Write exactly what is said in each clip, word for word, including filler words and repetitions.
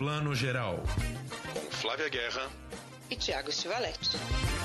Plano Geral, com Flávia Guerra e Thiago Stivaletti.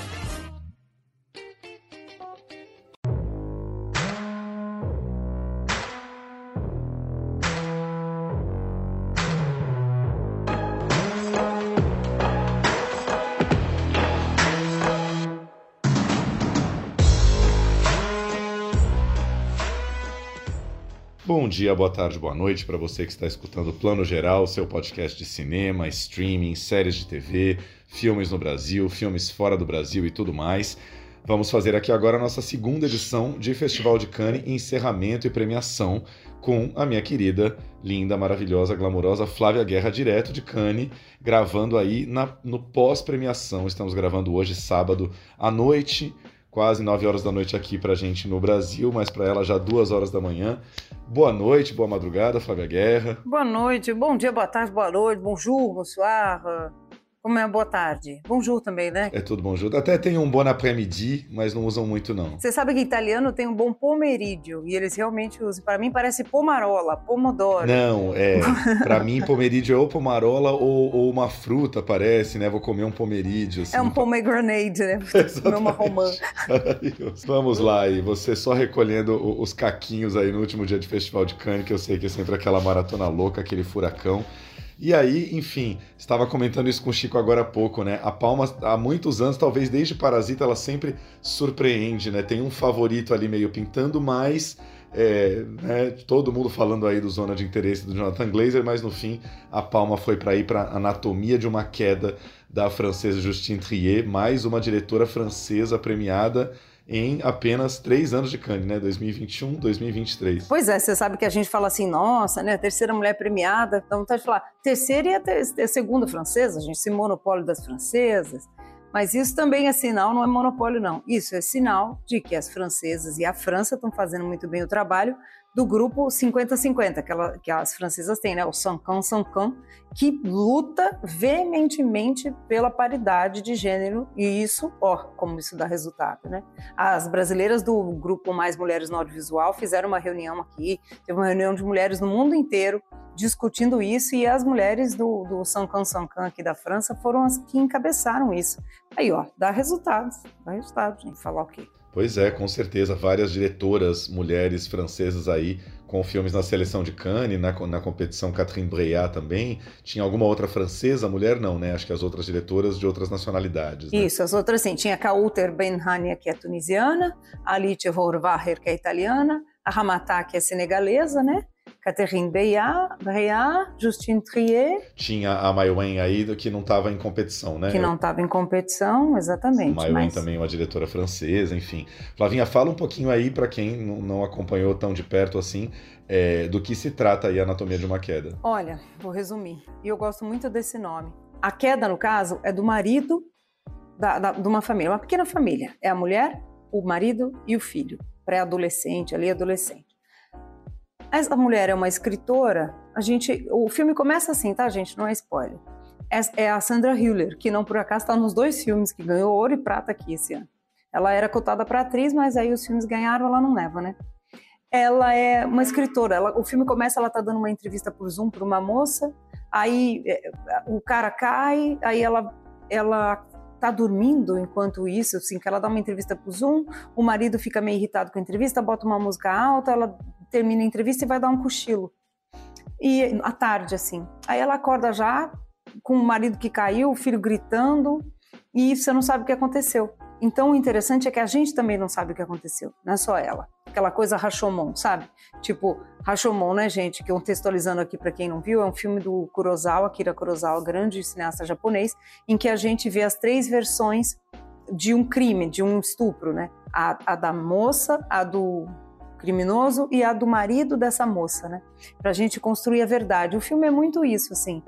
Bom dia, boa tarde, boa noite para você que está escutando o Plano Geral, seu podcast de cinema, streaming, séries de T V, filmes no Brasil, filmes fora do Brasil e tudo mais. Vamos fazer aqui agora a nossa segunda edição de Festival de Cannes, encerramento e premiação com a minha querida, linda, maravilhosa, glamurosa Flávia Guerra, direto de Cannes, gravando aí na, no pós-premiação. Estamos gravando hoje, sábado, à noite, quase nove horas da noite aqui pra gente no Brasil, mas pra ela já duas horas da manhã. Boa noite, boa madrugada, Flávia Guerra. Boa noite, bom dia, boa tarde, boa noite, bonjour, bonsoir. Como é boa tarde? Bonjour também, né? É tudo bonjour. Até tem um bon après-midi, mas não usam muito, não. Você sabe que italiano tem um bom pomeriggio, e eles realmente usam. Para mim parece pomarola, pomodoro. Não, é. Pra mim, pomeriggio é ou pomarola ou, ou uma fruta, parece, né? Vou comer um pomeriggio. Assim, é um pomegranate, né? Vou comer uma romã. Vamos lá aí, você só recolhendo os caquinhos aí no último dia de Festival de Cannes, que eu sei que é sempre aquela maratona louca, aquele furacão. E aí, enfim, estava comentando isso com o Chico agora há pouco, né? A Palma, há muitos anos, talvez desde Parasita, ela sempre surpreende, né? Tem um favorito ali meio pintando, mas é, né, todo mundo falando aí do Zona de Interesse do Jonathan Glazer, mas no fim a Palma foi para ir para Anatomia de uma Queda, da francesa Justine Triet, mais uma diretora francesa premiada em apenas três anos de Cannes, né? dois mil e vinte e um, dois mil e vinte e três. Pois é, você sabe que a gente fala assim, nossa, né? A terceira mulher premiada, dá vontade de falar terceira e a, ter- a segunda francesa, a gente, esse monopólio das francesas. Mas isso também é sinal, não é monopólio não. Isso é sinal de que as francesas e a França estão fazendo muito bem o trabalho do grupo cinquenta cinquenta, que, ela, que as francesas têm, né? O cinquante cinquante, que luta veementemente pela paridade de gênero. E isso, ó, como isso dá resultado, né? As brasileiras do grupo Mais Mulheres no Audiovisual fizeram uma reunião aqui, teve uma reunião de mulheres no mundo inteiro discutindo isso, e as mulheres do, do cinquante cinquante aqui da França foram as que encabeçaram isso. Aí, ó, dá resultados, dá resultado, gente, falar o quê? Pois é, com certeza, várias diretoras mulheres francesas aí com filmes na seleção de Cannes, na, na competição Catherine Breillat também. Tinha alguma outra francesa, mulher não, né? Acho que as outras diretoras de outras nacionalidades, né? Isso, as outras sim. Tinha a Kauter Benhania, que é tunisiana, a Alice Rohrwacher, que é italiana, a Ramata, que é senegalesa, né? Catherine Breillat, Breillat, Justine Triet. Tinha a Mai Wen aí, que não estava em competição, né? Que não estava em competição, exatamente. Mai Wen mas... também é uma diretora francesa, enfim. Flavinha, fala um pouquinho aí, para quem não acompanhou tão de perto assim, é, do que se trata aí a Anatomia de uma Queda. Olha, vou resumir. E eu gosto muito desse nome. A queda, no caso, é do marido da, da, de uma família, uma pequena família. É a mulher, o marido e o filho. Pré-adolescente, ali adolescente. Essa mulher é uma escritora, a gente, o filme começa assim, tá, gente? Não é spoiler. É, é a Sandra Hüller, que não por acaso está nos dois filmes que ganhou ouro e prata aqui esse ano. Ela era cotada para atriz, mas aí os filmes ganharam, ela não leva, né? Ela é uma escritora, ela, o filme começa, ela tá dando uma entrevista por Zoom para uma moça, aí é, o cara cai, aí ela, ela tá dormindo enquanto isso, assim, que ela dá uma entrevista por Zoom, o marido fica meio irritado com a entrevista, bota uma música alta, ela termina a entrevista e vai dar um cochilo. E à tarde, assim. Aí ela acorda já com o marido que caiu, o filho gritando, e você não sabe o que aconteceu. Então o interessante é que a gente também não sabe o que aconteceu, não é só ela. Aquela coisa Rashomon, sabe? Tipo, Rashomon, né, gente? Que contextualizando aqui para quem não viu, é um filme do Kurosawa, Akira Kurosawa, grande cineasta japonês, em que a gente vê as três versões de um crime, de um estupro, né? A, a da moça, a do criminoso e a do marido dessa moça, né? Pra gente construir a verdade. O filme é muito isso, assim.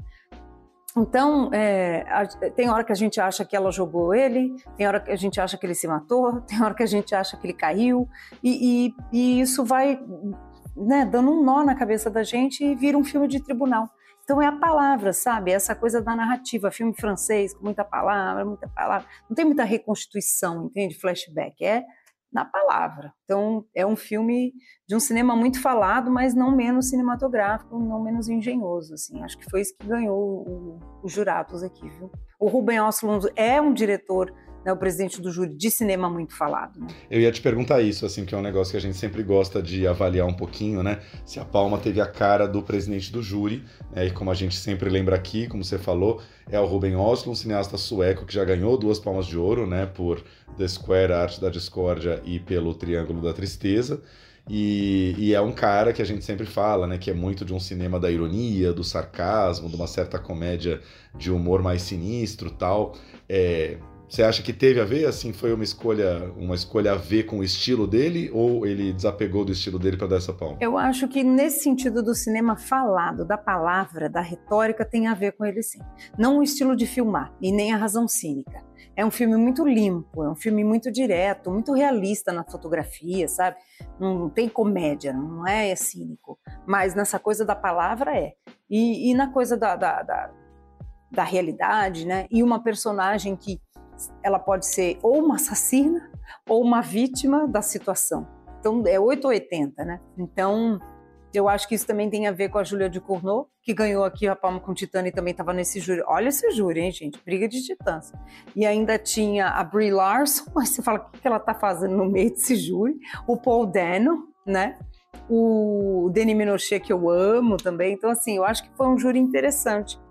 Então, é, a, tem hora que a gente acha que ela jogou ele, tem hora que a gente acha que ele se matou, tem hora que a gente acha que ele caiu, e, e, e isso vai, né, dando um nó na cabeça da gente e vira um filme de tribunal. Então é a palavra, sabe? Essa coisa da narrativa, filme francês, com muita palavra, muita palavra. Não tem muita reconstituição, entende? Flashback. É na palavra. Então, é um filme de um cinema muito falado, mas não menos cinematográfico, não menos engenhoso, assim. Acho que foi isso que ganhou o, os jurados aqui, viu? O Ruben Östlund é um diretor, né, o presidente do júri, de cinema muito falado, né? Eu ia te perguntar isso, assim, que é um negócio que a gente sempre gosta de avaliar um pouquinho, né? Se a Palma teve a cara do presidente do júri, né? E como a gente sempre lembra aqui, como você falou, é o Ruben Östlund, um cineasta sueco que já ganhou duas Palmas de Ouro, né? Por The Square, A Arte da Discórdia, e pelo Triângulo da Tristeza. E, e é um cara que a gente sempre fala, né? Que é muito de um cinema da ironia, do sarcasmo, de uma certa comédia de humor mais sinistro, tal. É... Você acha que teve a ver, assim, foi uma escolha, uma escolha a ver com o estilo dele, ou ele desapegou do estilo dele para dar essa palma? Eu acho que nesse sentido do cinema falado, da palavra, da retórica, tem a ver com ele sim. Não o estilo de filmar, e nem a razão cínica. É um filme muito limpo, é um filme muito direto, muito realista na fotografia, sabe? Não tem comédia, não é cínico. Mas nessa coisa da palavra é. E, e na coisa da, da, da, da realidade, né? E uma personagem que ela pode ser ou uma assassina ou uma vítima da situação. Então, é oito ou oitenta, né? Então, eu acho que isso também tem a ver com a Julia Ducournau, que ganhou aqui a Palma com Titã e também estava nesse júri. Olha esse júri, hein, gente? Briga de titãs. E ainda tinha a Brie Larson, mas você fala, o que ela está fazendo no meio desse júri? O Paul Dano, né? O Denis Ménochet, que eu amo também. Então, assim, eu acho que foi um júri interessante.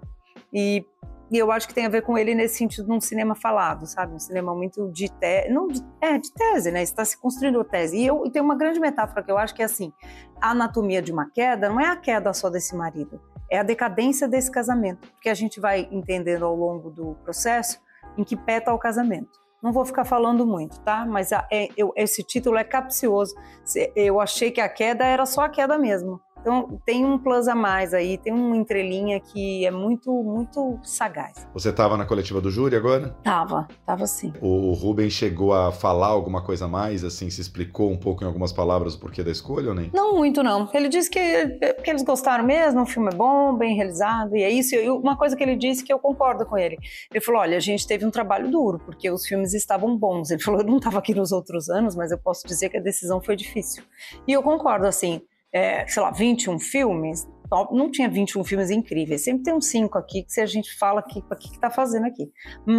E E eu acho que tem a ver com ele nesse sentido de um cinema falado, sabe? Um cinema muito de tese, não de, é, de tese, né? Está se construindo tese. E, eu, e tem uma grande metáfora que eu acho que é assim, a anatomia de uma queda não é a queda só desse marido, é a decadência desse casamento, porque a gente vai entendendo ao longo do processo em que pé está o casamento. Não vou ficar falando muito, tá? Mas a, é, eu, esse título é capcioso. Eu achei que a queda era só a queda mesmo. Então, tem um plus a mais aí, tem uma entrelinha que é muito, muito sagaz. Você estava na coletiva do júri agora? Tava, tava sim. O Ruben chegou a falar alguma coisa a mais, assim, se explicou um pouco em algumas palavras o porquê da escolha ou nem? Não muito, não. Ele disse que, que eles gostaram mesmo, o filme é bom, bem realizado, e é isso. E uma coisa que ele disse que eu concordo com ele. Ele falou, olha, a gente teve um trabalho duro, porque os filmes estavam bons. Ele falou, eu não estava aqui nos outros anos, mas eu posso dizer que a decisão foi difícil. E eu concordo, assim, É, sei lá, vinte e um filmes, não tinha vinte e um filmes incríveis, sempre tem uns cinco aqui que se a gente fala que o que está fazendo aqui,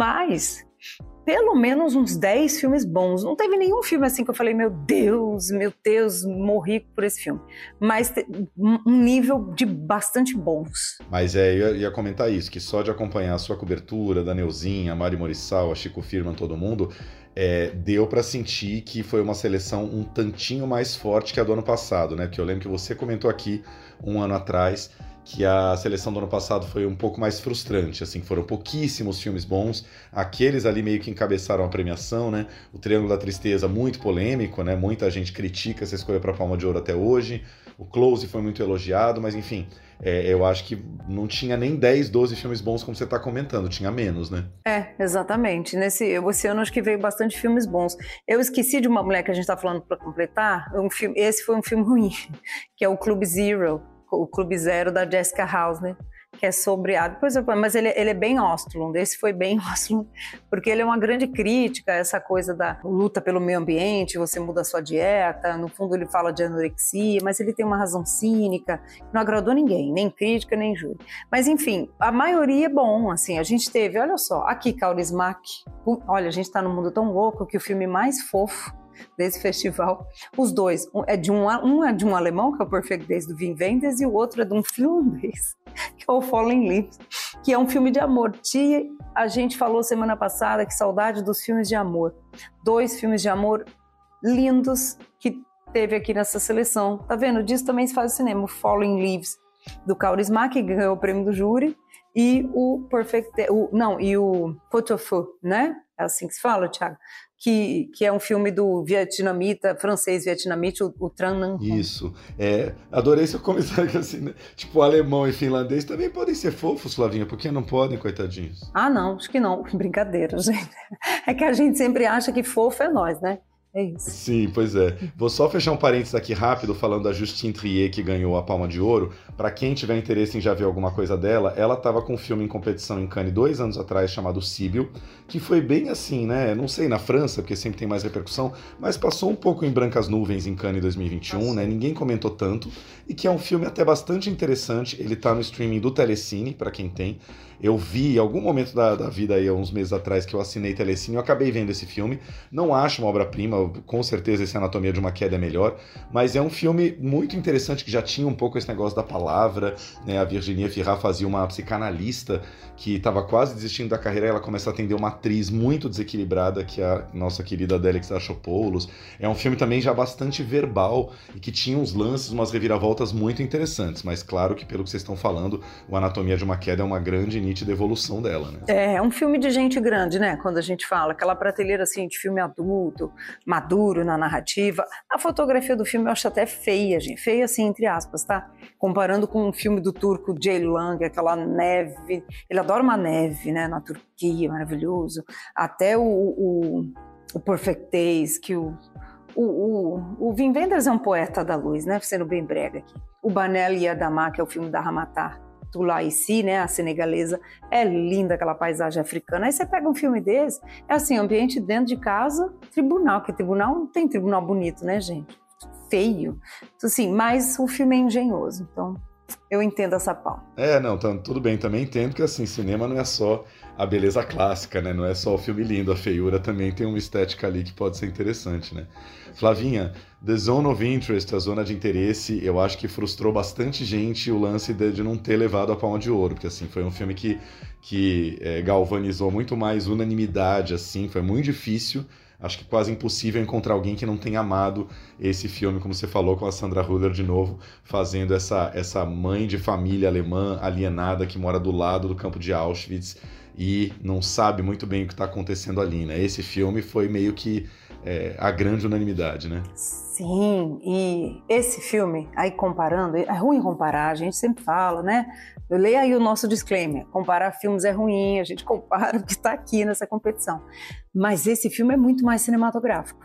mas pelo menos uns dez filmes bons, não teve nenhum filme assim que eu falei, meu Deus, meu Deus, morri por esse filme, mas um nível de bastante bons. Mas é, eu ia comentar isso, que só de acompanhar a sua cobertura, da Neuzinha, a Mari Morissal, a Chico Firman, todo mundo, É, deu para sentir que foi uma seleção um tantinho mais forte que a do ano passado, né? Porque eu lembro que você comentou aqui um ano atrás que a seleção do ano passado foi um pouco mais frustrante, assim, foram pouquíssimos filmes bons, aqueles ali meio que encabeçaram a premiação, né? O Triângulo da Tristeza, muito polêmico, né? Muita gente critica essa escolha para Palma de Ouro até hoje, o Close foi muito elogiado, mas enfim, é, eu acho que não tinha nem dez, doze filmes bons como você está comentando, tinha menos, né? É, exatamente. Nesse, esse ano acho que veio bastante filmes bons. Eu esqueci de uma mulher que a gente está falando para completar, um filme, esse foi um filme ruim, que é o Clube Zero, o Clube Zero da Jessica Hausner, que é sobre a... Depois eu... Mas ele, ele é bem Östlund, esse foi bem Östlund, porque ele é uma grande crítica a essa coisa da luta pelo meio ambiente, você muda a sua dieta, no fundo ele fala de anorexia, mas ele tem uma razão cínica, não agradou ninguém, nem crítica, nem júri. Mas enfim, a maioria é bom, assim, a gente teve, olha só, aqui Kaurismäki, olha, a gente está num mundo tão louco que o filme mais fofo desse festival, os dois, um é de um, um é de um alemão, que é o Perfect Days do Wim Wenders, e o outro é de um finlandês, que é o Fallen Leaves, que é um filme de amor. Tia, a gente falou semana passada que saudade dos filmes de amor. Dois filmes de amor lindos que teve aqui nessa seleção. Tá vendo? Disso também se faz o cinema. O Fallen Leaves, do Kaurismäki, que ganhou o prêmio do júri, e o Perfect Day, o, não, e o Pot-au-Feu, né? É assim que se fala, Thiago? Que, que é um filme do vietnamita, francês-vietnamita, o, o Tran Anh. Isso. É, adorei seu comentário que assim, né? Tipo, alemão e finlandês também podem ser fofos, Flavinha, por que não podem, coitadinhos? Ah, não, acho que não. Brincadeira, gente. É que a gente sempre acha que fofo é nós, né? É isso. Sim, pois é. Vou só fechar um parênteses aqui rápido, falando da Justine Triet, que ganhou a Palma de Ouro. Para quem tiver interesse em já ver alguma coisa dela, ela estava com um filme em competição em Cannes dois anos atrás, chamado Síbio, que foi bem assim, né? Não sei, na França, porque sempre tem mais repercussão, mas passou um pouco em brancas nuvens em Cannes dois mil e vinte e um, Nossa. né? Ninguém comentou tanto, e que é um filme até bastante interessante. Ele tá no streaming do Telecine, para quem tem. Eu vi em algum momento da, da vida aí, há uns meses atrás, que eu assinei Telecine, eu acabei vendo esse filme. Não acho uma obra-prima, com certeza esse Anatomia de uma Queda é melhor, mas é um filme muito interessante que já tinha um pouco esse negócio da palavra, né? A Virginia Efira fazia uma psicanalista que estava quase desistindo da carreira, e ela começa a atender uma atriz muito desequilibrada, que é a nossa querida Adélix Achopoulos. É um filme também já bastante verbal e que tinha uns lances, umas reviravoltas muito interessantes, mas claro que pelo que vocês estão falando, o Anatomia de uma Queda é uma grande e nítida evolução dela, né? É, é um filme de gente grande, né? Quando a gente fala, aquela prateleira assim de filme adulto, maduro na narrativa. A fotografia do filme eu acho até feia, gente. Feia assim, entre aspas, tá? Comparando com um filme do turco Ceylan, aquela neve. Ele adora uma neve, né? Na Turquia, maravilhoso. Até o, o, o Perfect Days, que o, o, o, o Wim Wenders é um poeta da luz, né? Sendo bem brega aqui. O Banel e Adama, que é o filme da Ramata Tulaisi, né, a senegalesa, é linda aquela paisagem africana. Aí você pega um filme desse, é assim, ambiente dentro de casa, tribunal, que tribunal não tem tribunal bonito, né, gente? Feio. Então, assim, mas o filme é engenhoso, então eu entendo essa pau. É, não, tá, tudo bem, também entendo que, assim, cinema não é só a beleza clássica, né, não é só o filme lindo, a feiura também tem uma estética ali que pode ser interessante, né. Flavinha, The Zone of Interest, a zona de interesse, eu acho que frustrou bastante gente o lance de, de não ter levado a Palma de Ouro, porque assim, foi um filme que, que é, galvanizou muito mais unanimidade, assim, foi muito difícil, acho que quase impossível encontrar alguém que não tenha amado esse filme, como você falou, com a Sandra Hüller de novo, fazendo essa, essa mãe de família alemã alienada que mora do lado do campo de Auschwitz e não sabe muito bem o que está acontecendo ali, né? Esse filme foi meio que É, a grande unanimidade, né? Sim, e esse filme, aí comparando, é ruim comparar, a gente sempre fala, né? Eu leio aí o nosso disclaimer, comparar filmes é ruim, a gente compara o que está aqui nessa competição. Mas esse filme é muito mais cinematográfico.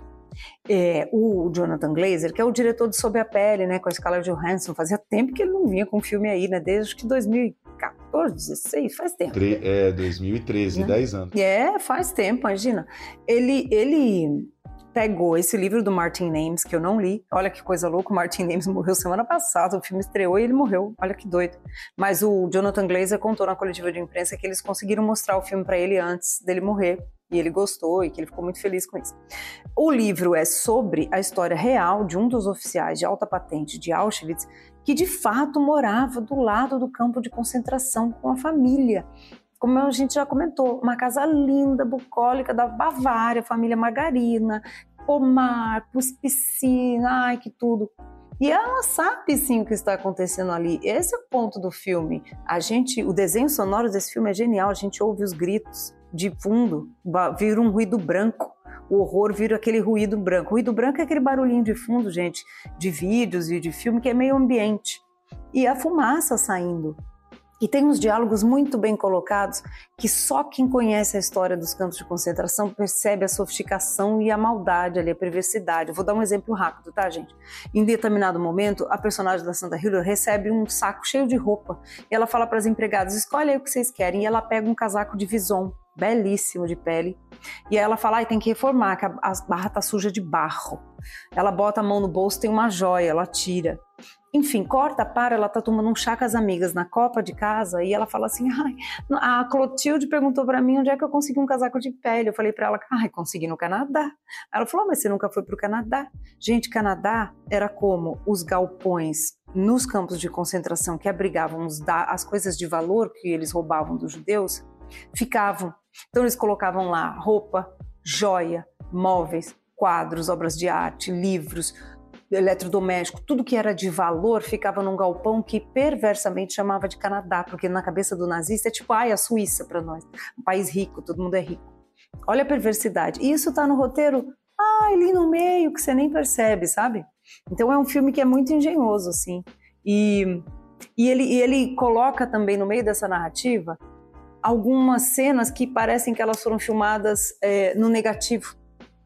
É, o Jonathan Glazer, que é o diretor de Sob a Pele, né, com a Scarlett Johansson, fazia tempo que ele não vinha com um filme aí, né? Desde que dois mil e quatorze, dezesseis, faz tempo. Tre- é, dois mil e treze, né? dez anos. É, faz tempo, imagina. Ele... ele pegou esse livro do Martin Amis, que eu não li. Olha que coisa louca, o Martin Amis morreu semana passada, o filme estreou e ele morreu. Olha que doido. Mas o Jonathan Glazer contou na coletiva de imprensa que eles conseguiram mostrar o filme para ele antes dele morrer. E ele gostou e que ele ficou muito feliz com isso. O livro é sobre a história real de um dos oficiais de alta patente de Auschwitz, que de fato morava do lado do campo de concentração com a família. Como a gente já comentou, uma casa linda, bucólica, da Bavária, família Margarina, pomar, piscina, ai que tudo. E ela sabe sim o que está acontecendo ali. Esse é o ponto do filme. A gente, o desenho sonoro desse filme é genial, a gente ouve os gritos de fundo, vira um ruído branco. O horror vira aquele ruído branco. O ruído branco é aquele barulhinho de fundo, gente, de vídeos e de filme, que é meio ambiente. E a fumaça saindo. E tem uns diálogos muito bem colocados que só quem conhece a história dos campos de concentração percebe a sofisticação e a maldade ali, a perversidade. Eu vou dar um exemplo rápido, tá, gente? Em determinado momento, a personagem da Sandra Hüller recebe um saco cheio de roupa e ela fala para as empregadas, escolhe aí o que vocês querem. E ela pega um casaco de vison, belíssimo de pele. E aí ela fala, ah, tem que reformar, que a, a barra tá suja de barro. Ela bota a mão no bolso, tem uma joia, ela tira. Enfim, corta, para, ela tá tomando um chá com as amigas na copa de casa e ela fala assim, ai, a Clotilde perguntou pra mim onde é que eu consegui um casaco de pele. Eu falei pra ela, ai, consegui no Canadá. Ela falou, mas você nunca foi pro Canadá? Gente, Canadá era como os galpões nos campos de concentração que abrigavam os da- as coisas de valor que eles roubavam dos judeus, ficavam. Então eles colocavam lá roupa, joia, móveis, quadros, obras de arte, livros, eletrodoméstico, tudo que era de valor ficava num galpão que perversamente chamava de Canadá, porque na cabeça do nazista é tipo, ai, a Suíça para nós, um país rico, todo mundo é rico. Olha a perversidade. E isso tá no roteiro, ah, ali no meio, que você nem percebe, sabe? Então é um filme que é muito engenhoso, assim. E, e, ele, e ele coloca também no meio dessa narrativa algumas cenas que parecem que elas foram filmadas é, no negativo.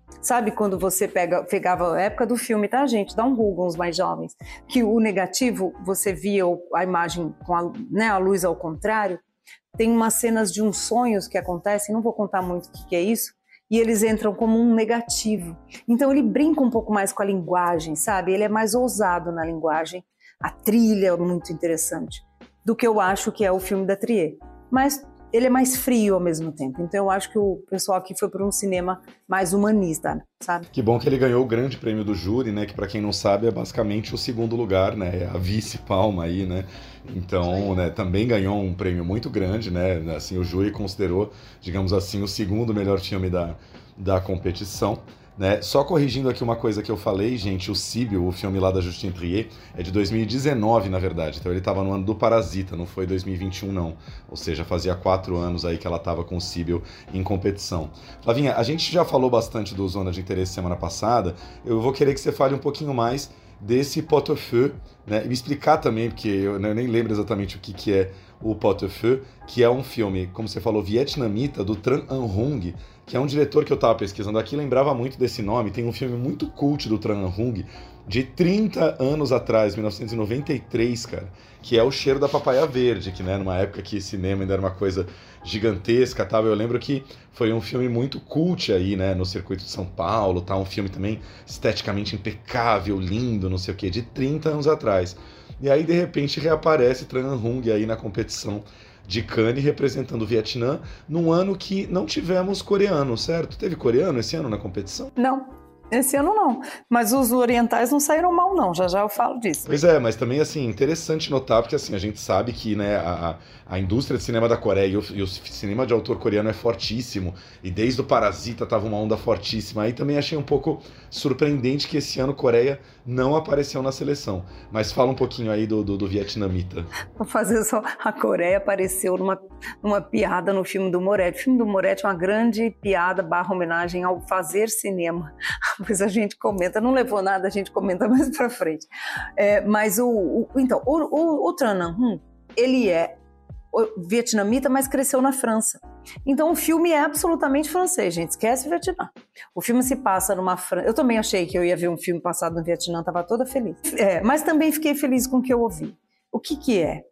Sabe quando você pega, pegava a época do filme, tá, gente? Dá um Google, os mais jovens. Que o negativo, você via a imagem com a, né, a luz ao contrário. Tem umas cenas de uns sonhos que acontecem, não vou contar muito o que, que é isso, e eles entram como um negativo. Então ele brinca um pouco mais com a linguagem, sabe? Ele é mais ousado na linguagem. A trilha é muito interessante do que eu acho que é o filme da Trier. Mas ele é mais frio ao mesmo tempo. Então eu acho que o pessoal aqui foi para um cinema mais humanista, sabe? Que bom que ele ganhou o grande prêmio do júri, né? Que para quem não sabe é basicamente o segundo lugar, né? É a vice-palma aí, né? Então, né, também ganhou um prêmio muito grande, né? Assim, o júri considerou, digamos assim, o segundo melhor filme da, da competição. Né? Só corrigindo aqui uma coisa que eu falei, gente, o Síbio, o filme lá da Justine Trier, é de dois mil e dezenove, na verdade. Então ele estava no ano do Parasita, não foi dois mil e vinte e um, não. Ou seja, fazia quatro anos aí que ela estava com o Síbio em competição. Flavinha, a gente já falou bastante do Zona de Interesse semana passada. Eu vou querer que você fale um pouquinho mais desse pot-au-feu, né? E me explicar também, porque eu, né, eu nem lembro exatamente o que, que é o pot-au-feu, que é um filme, como você falou, vietnamita, do Tran Anh Hung, que é um diretor que eu estava pesquisando aqui, lembrava muito desse nome. Tem um filme muito cult do Tran Anh Hung, de trinta anos atrás, mil novecentos e noventa e três, cara, que é O Cheiro da Papaya Verde, que, né, numa época que cinema ainda era uma coisa gigantesca, tal. Eu lembro que foi um filme muito cult aí, né, no circuito de São Paulo, tá? Um filme também esteticamente impecável, lindo, não sei o quê, de trinta anos atrás. E aí, de repente, reaparece Tran Anh Hung aí na competição de Cannes, representando o Vietnã, num ano que não tivemos coreano, certo? Teve coreano esse ano na competição? Não. Esse ano não, mas os orientais não saíram mal não, já já eu falo disso. Pois é, mas também assim, interessante notar, porque assim, a gente sabe que, né, a, a indústria de cinema da Coreia e o, e o cinema de autor coreano é fortíssimo, e desde o Parasita tava uma onda fortíssima, aí também achei um pouco surpreendente que esse ano Coreia não apareceu na seleção, mas fala um pouquinho aí do, do, do vietnamita. Vou fazer só, a Coreia apareceu numa, numa piada no filme do Moretti, o filme do Moretti é uma grande piada barra homenagem ao fazer cinema. Pois a gente comenta, não levou nada, a gente comenta mais pra frente. É, mas o, o, então, o, o, o Tran Anh Hung, ele é vietnamita, mas cresceu na França. Então o filme é absolutamente francês, gente, esquece o Vietnã. O filme se passa numa França. Eu também achei que eu ia ver um filme passado no Vietnã, estava toda feliz. É, mas também fiquei feliz com o que eu ouvi. O que que é?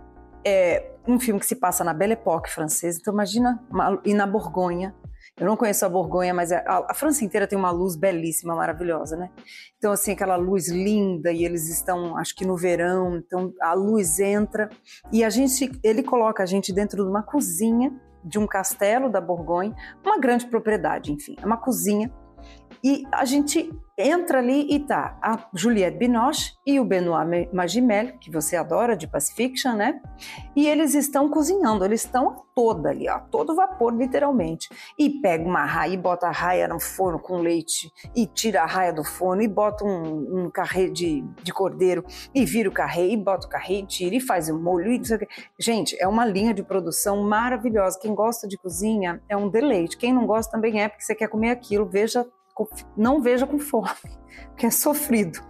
É um filme que se passa na Belle Époque francesa, então imagina, uma, e na Borgonha. Eu não conheço a Borgonha, mas a, a França inteira tem uma luz belíssima, maravilhosa, né? Então, assim, aquela luz linda, e eles estão, acho que no verão, então a luz entra, e a gente, ele coloca a gente dentro de uma cozinha de um castelo da Borgonha, uma grande propriedade, enfim, é uma cozinha, e a gente entra ali e tá a Juliette Binoche e o Benoît Magimel, que você adora, de Pacifiction, né? E eles estão cozinhando, eles estão a toda ali, a todo vapor, literalmente. E pega uma raia e bota a raia no forno com leite e tira a raia do forno e bota um, um carré de, de cordeiro e vira o carré e bota o carré e tira e faz o molho e não sei o que. Gente, é uma linha de produção maravilhosa. Quem gosta de cozinha é um deleite. Quem não gosta também é, porque você quer comer aquilo, veja não veja com fome, porque é sofrido.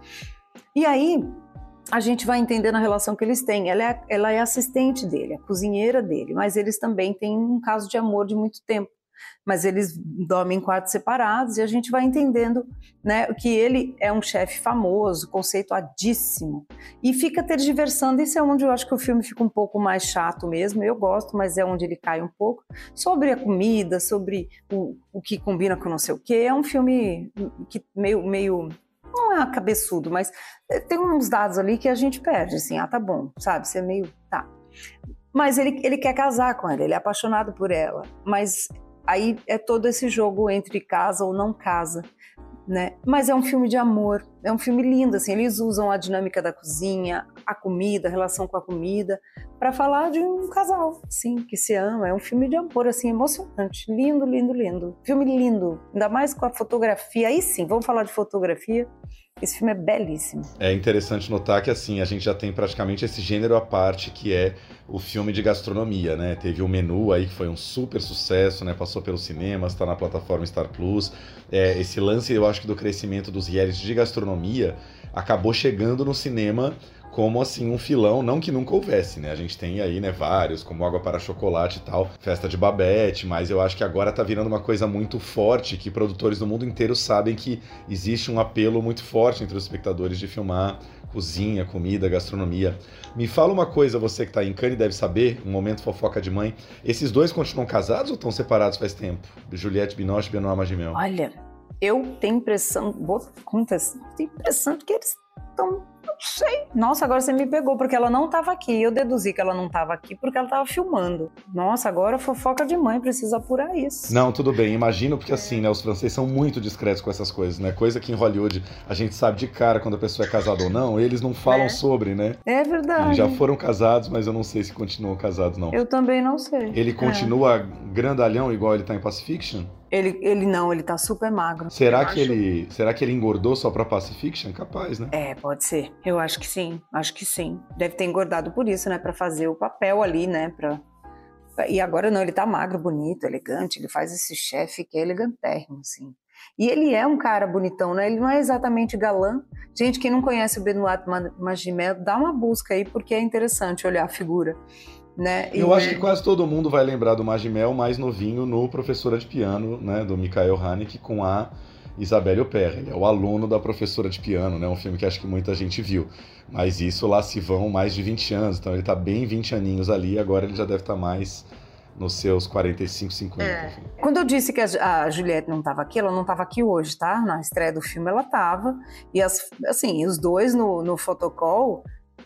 E aí, a gente vai entendendo a relação que eles têm. Ela é, ela é assistente dele, a cozinheira dele, mas eles também têm um caso de amor de muito tempo. Mas eles dormem em quartos separados e a gente vai entendendo, né, que ele é um chefe famoso, conceituadíssimo, e fica tergiversando. Isso é onde eu acho que o filme fica um pouco mais chato mesmo. Eu gosto, mas é onde ele cai um pouco. Sobre a comida, sobre o, o que combina com não sei o quê. É um filme que meio... meio não é cabeçudo, mas tem uns dados ali que a gente perde, assim, ah, tá bom, sabe, você é meio, tá. Mas ele, ele quer casar com ela, ele é apaixonado por ela, mas aí é todo esse jogo entre casa ou não casa, né? Mas é um filme de amor, é um filme lindo, assim, eles usam a dinâmica da cozinha, a comida, a relação com a comida, para falar de um casal, sim, que se ama. É um filme de amor, assim, emocionante, lindo, lindo, lindo. Filme lindo, ainda mais com a fotografia. Aí sim, vamos falar de fotografia. Esse filme é belíssimo. É interessante notar que, assim, a gente já tem praticamente esse gênero à parte, que é o filme de gastronomia, né? Teve o Menu aí, que foi um super sucesso, né? Passou pelos cinemas, tá na plataforma Star Plus. É, esse lance, eu acho que do crescimento dos realities de gastronomia acabou chegando no cinema como assim um filão, não que nunca houvesse, né? A gente tem aí, né, vários, como Água para Chocolate e tal, Festa de Babette, mas eu acho que agora tá virando uma coisa muito forte, que produtores do mundo inteiro sabem que existe um apelo muito forte entre os espectadores de filmar cozinha, comida, gastronomia. Me fala uma coisa, você que tá em Cannes deve saber, um momento fofoca de mãe, esses dois continuam casados ou estão separados faz tempo? Juliette Binoche e Benoît Magimel. Olha, eu tenho impressão, vou contas, tenho impressão de que eles estão, não sei. Nossa, agora você me pegou, porque ela não estava aqui. Eu deduzi que ela não estava aqui porque ela estava filmando. Nossa, agora fofoca de mãe, precisa apurar isso. Não, tudo bem, imagino, porque assim, né, os franceses são muito discretos com essas coisas, né? Coisa que em Hollywood a gente sabe de cara quando a pessoa é casada ou não, eles não falam É. sobre, né? É verdade. Eles já foram casados, mas eu não sei se continuam casados, não. Eu também não sei. Ele continua grandalhão igual ele tá em Pacifiction? Ele, ele não, ele tá super magro. Será Eu que, acho. ele, será que ele engordou só pra Pacifiction? Capaz, né? É, pode ser. Eu acho que sim, acho que sim. Deve ter engordado por isso, né? Pra fazer o papel ali, né? Pra... E agora não, ele tá magro, bonito, elegante. Ele faz esse chefe que é elegantérrimo, assim. E ele é um cara bonitão, né? Ele não é exatamente galã. Gente, quem não conhece o Benoît Magimel, dá uma busca aí, porque é interessante olhar a figura. Né? Eu e... acho que quase todo mundo vai lembrar do Magimel mais novinho no Professora de Piano, né, do Michael Haneke com a Isabelle Huppert. Ele é o aluno da Professora de Piano, né, um filme que acho que muita gente viu. Mas isso lá se vão mais de vinte anos, então ele tá bem vinte aninhos ali, agora ele já deve estar mais nos seus quarenta e cinco, cinquenta. É. Quando eu disse que a Juliette não estava aqui, ela não estava aqui hoje, tá? Na estreia do filme ela estava. E as, assim, os dois no, no photocall...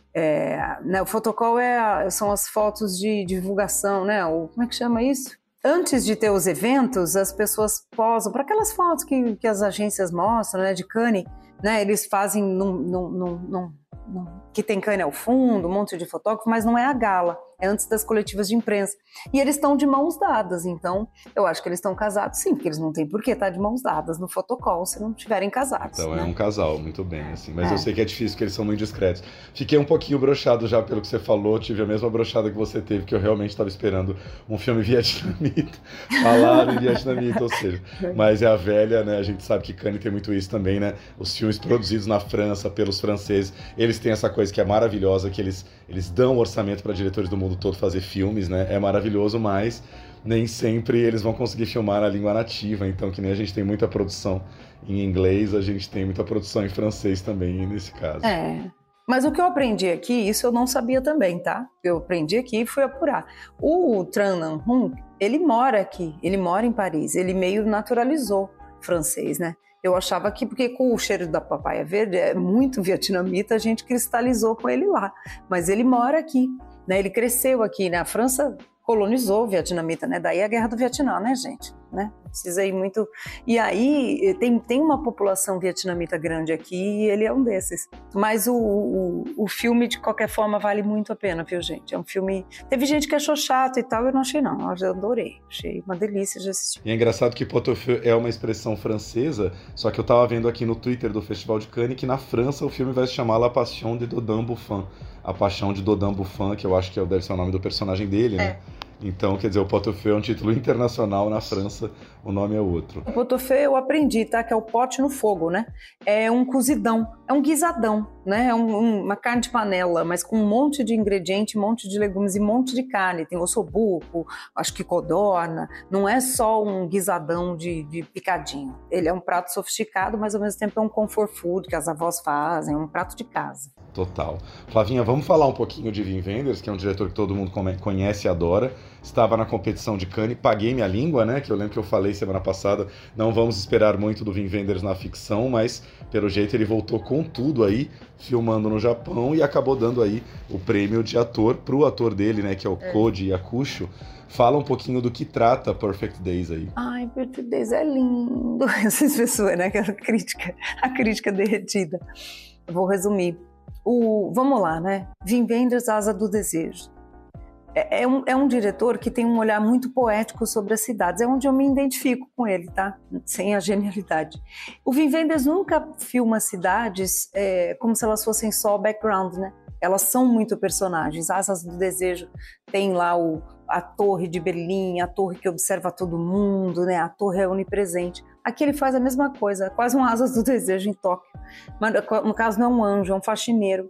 É, né, o photocall é a, são as fotos de divulgação, né? O, como é que chama isso? Antes de ter os eventos, as pessoas posam para aquelas fotos que, que as agências mostram, né? De Cannes, né? Eles fazem num, num, num, num, num, que tem Cannes ao fundo, um monte de fotógrafo, mas não é a gala, é antes das coletivas de imprensa. E eles estão de mãos dadas, então eu acho que eles estão casados sim, porque eles não têm por que estar de mãos dadas no photocall se não estiverem casados. Então né? é um casal, muito bem, assim. Mas É. eu sei que é difícil, porque eles são muito discretos. Fiquei um pouquinho broxado já pelo que você falou, tive a mesma broxada que você teve, que eu realmente estava esperando um filme vietnamita, falado em vietnamita, ou seja, mas é a velha, né, a gente sabe que Cannes tem muito isso também, né, os filmes produzidos na França pelos franceses, eles têm essa coisa que é maravilhosa, que eles, eles dão orçamento para diretores do mundo todo fazer filmes, né, é maravilhoso, mas nem sempre eles vão conseguir filmar na língua nativa, então que nem a gente tem muita produção em inglês, a gente tem muita produção em francês também, nesse caso. É, mas o que eu aprendi aqui, isso eu não sabia também, tá? Eu aprendi aqui e fui apurar. O Tran Anh Hung, ele mora aqui, ele mora em Paris, ele meio naturalizou francês, né? Eu achava que, porque com o cheiro da papaya verde, é muito vietnamita, a gente cristalizou com ele lá. Mas ele mora aqui, né? Ele cresceu aqui, né? A França colonizou o vietnamita, né? Daí a guerra do Vietnã, né, gente? Né? Precisa ir muito... E aí tem, tem uma população vietnamita grande aqui e ele é um desses. Mas o, o, o filme, de qualquer forma, vale muito a pena, viu, gente? É um filme... Teve gente que achou chato e tal, eu não achei não. Eu adorei. Achei uma delícia de assistir. E é engraçado que pot-au-feu é uma expressão francesa, só que eu tava vendo aqui no Twitter do Festival de Cannes que na França o filme vai se chamar La Passion de Dodin Buffon. A Paixão de Dodin Buffon, que eu acho que deve ser o nome do personagem dele, né? É. Então, quer dizer, o pot-au-feu é um título internacional, na França o nome é outro. O pot-au-feu eu aprendi, tá? Que é o pote no fogo, né? É um cozidão, é um guisadão, né? É um, um, uma carne de panela, mas com um monte de ingrediente, um monte de legumes e um monte de carne. Tem ossobuco, acho que codorna. Não é só um guisadão de, de picadinho. Ele é um prato sofisticado, mas ao mesmo tempo é um comfort food que as avós fazem, é um prato de casa. Total. Flavinha, vamos falar um pouquinho de Wim Wenders, que é um diretor que todo mundo conhece e adora. Estava na competição de Cannes, paguei minha língua, né? Que eu lembro que eu falei semana passada, não vamos esperar muito do Wim Wenders na ficção, mas pelo jeito ele voltou com tudo aí, filmando no Japão e acabou dando aí o prêmio de ator pro ator dele, né? Que é o é. Koji Yakusho. Fala um pouquinho do que trata Perfect Days aí. Ai, Perfect Days é lindo. Essas pessoas, né? Aquela crítica, a crítica derretida. Eu vou resumir. O, vamos lá, né? Wim Wenders, Asa do Desejo. É, é, um, é um diretor que tem um olhar muito poético sobre as cidades. É onde eu me identifico com ele, tá? Sem a genialidade. O Wim Wenders nunca filma cidades é, como se elas fossem só background, né? Elas são muito personagens. Asas do Desejo tem lá o, a torre de Berlim, a torre que observa todo mundo, né? A torre é onipresente. Aqui ele faz a mesma coisa, quase um Asas do Desejo em Tóquio. Mas no caso não é um anjo, é um faxineiro.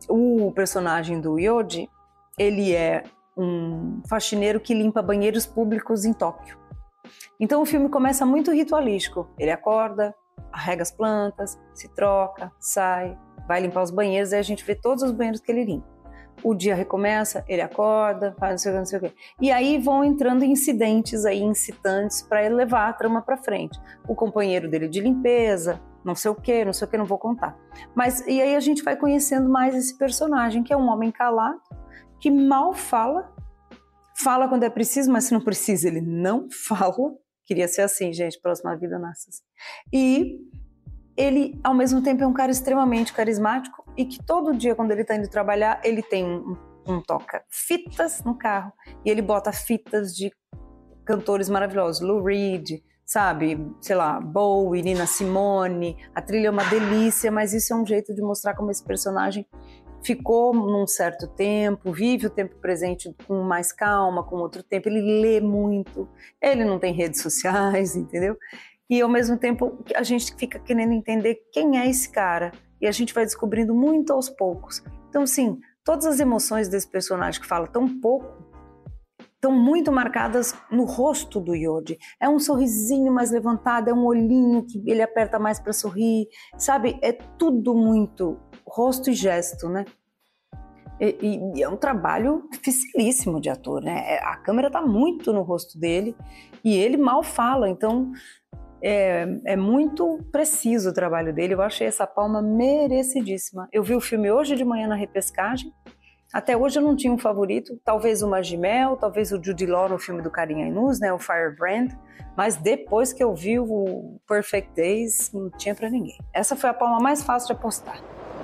o personagem do Yoji, ele é um faxineiro que limpa banheiros públicos em Tóquio. Então o filme começa muito ritualístico. Ele acorda, arrega as plantas, se troca, sai, vai limpar os banheiros, e a gente vê todos os banheiros que ele limpa. O dia recomeça, ele acorda, faz não sei o que, não sei o que. E aí vão entrando incidentes aí, incitantes para ele levar a trama para frente. O companheiro dele de limpeza, não sei o que, não sei o que, não vou contar. Mas e aí a gente vai conhecendo mais esse personagem, que é um homem calado, que mal fala, fala quando é preciso, mas se não precisa ele não fala. Queria ser assim, gente, próxima vida nasce assim. E ele, ao mesmo tempo, é um cara extremamente carismático e que todo dia, quando ele está indo trabalhar, ele tem um, um toca-fitas no carro e ele bota fitas de cantores maravilhosos, Lou Reed, sabe, sei lá, Bowie, Nina Simone. A trilha é uma delícia, mas isso é um jeito de mostrar como esse personagem ficou num certo tempo, vive o tempo presente com mais calma, com outro tempo. Ele lê muito, ele não tem redes sociais, entendeu? E ao mesmo tempo a gente fica querendo entender quem é esse cara e a gente vai descobrindo muito aos poucos. Então, sim, todas as emoções desse personagem que fala tão pouco estão muito marcadas no rosto do Yoji. É um sorrisinho mais levantado, é um olhinho que ele aperta mais para sorrir, sabe? É tudo muito rosto e gesto, né? E, e é um trabalho dificilíssimo de ator, né? A câmera tá muito no rosto dele e ele mal fala, então é, é muito preciso o trabalho dele. Eu achei essa palma merecidíssima. Eu vi o filme hoje de manhã na repescagem. Até hoje eu não tinha um favorito, talvez o Magimel, talvez o Jude Law no filme do Carinha Inus, né, o Firebrand, mas depois que eu vi o Perfect Days, não tinha pra ninguém. Essa foi a palma mais fácil de apostar.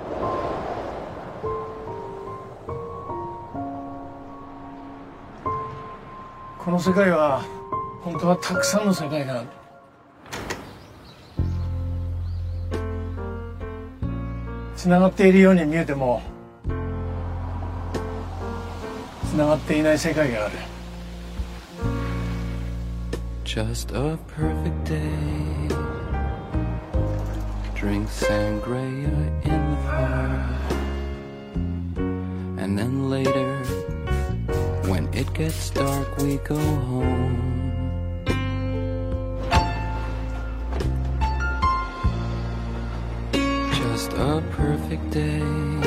この世界は本当はたくさんの世界がある。つながっているように見えてもつながっていない世界がある。 Just a perfect day. Drink sangria in the park. And then later, when it gets dark, we go home. Just a perfect day.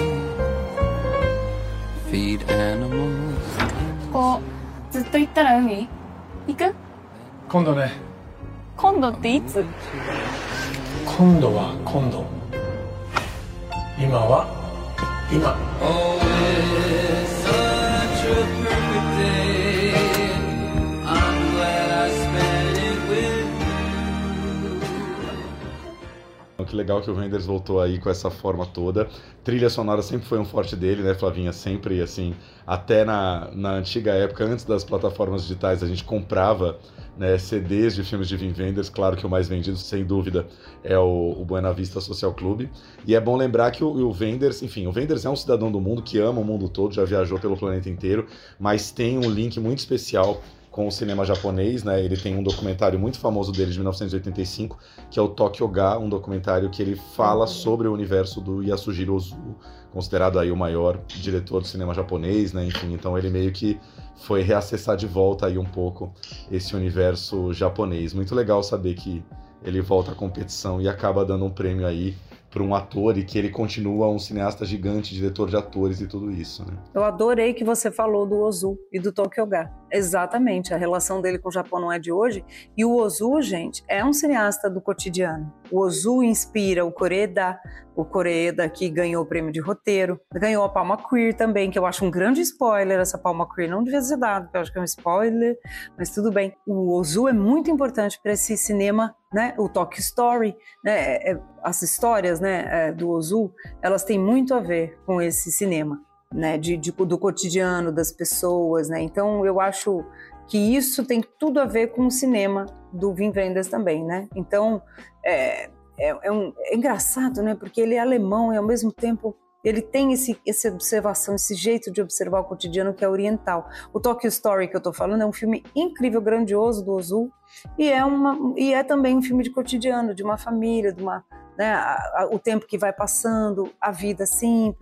Feed animals. こうずっと行ったら海行く？ 今度ね。 今度っていつ？ 今度は今度。今は今。 Oh, it's such a perfect day. I'm glad I spent it with you. Que legal que o Wenders voltou aí com essa forma toda. Trilha sonora sempre foi um forte dele, né, Flavinha? Sempre, assim, até na, na antiga época, antes das plataformas digitais, a gente comprava, né, C Ds de filmes de Wim Wenders. Claro que o mais vendido, sem dúvida, é o, o Buena Vista Social Club. E é bom lembrar que o, o Wenders, enfim, o Wenders é um cidadão do mundo que ama o mundo todo, já viajou pelo planeta inteiro, mas tem um link muito especial com o cinema japonês, né? Ele tem um documentário muito famoso dele de mil novecentos e oitenta e cinco, que é o Tokyo Ga, um documentário que ele fala sobre o universo do Yasujiro Ozu, considerado aí o maior diretor do cinema japonês, né? Enfim, então ele meio que foi reacessar de volta aí um pouco esse universo japonês. Muito legal saber que ele volta à competição e acaba dando um prêmio aí para um ator e que ele continua um cineasta gigante, diretor de atores e tudo isso, né? Eu adorei que você falou do Ozu e do Tokyo Ga. Exatamente, a relação dele com o Japão não é de hoje. E o Ozu, gente, é um cineasta do cotidiano. O Ozu inspira o Koreeda, o Koreeda que ganhou o prêmio de roteiro, ganhou a Palma Queer também, que eu acho um grande spoiler, essa Palma Queer não devia ser dado, porque eu acho que é um spoiler, mas tudo bem. O Ozu é muito importante para esse cinema, né? O Tokyo Story, né? As histórias, né, do Ozu, elas têm muito a ver com esse cinema, né, de, de, do cotidiano das pessoas, né? Então eu acho que isso tem tudo a ver com o cinema do Wim Wenders também, né? Então é, é, é, um, é engraçado, né? Porque ele é alemão e ao mesmo tempo ele tem esse, essa observação, esse jeito de observar o cotidiano que é oriental. O Tokyo Story que eu tô falando é um filme incrível, grandioso do Ozu e é, uma, e é também um filme de cotidiano, de uma família, de uma, né, a, a, o tempo que vai passando, a vida simples,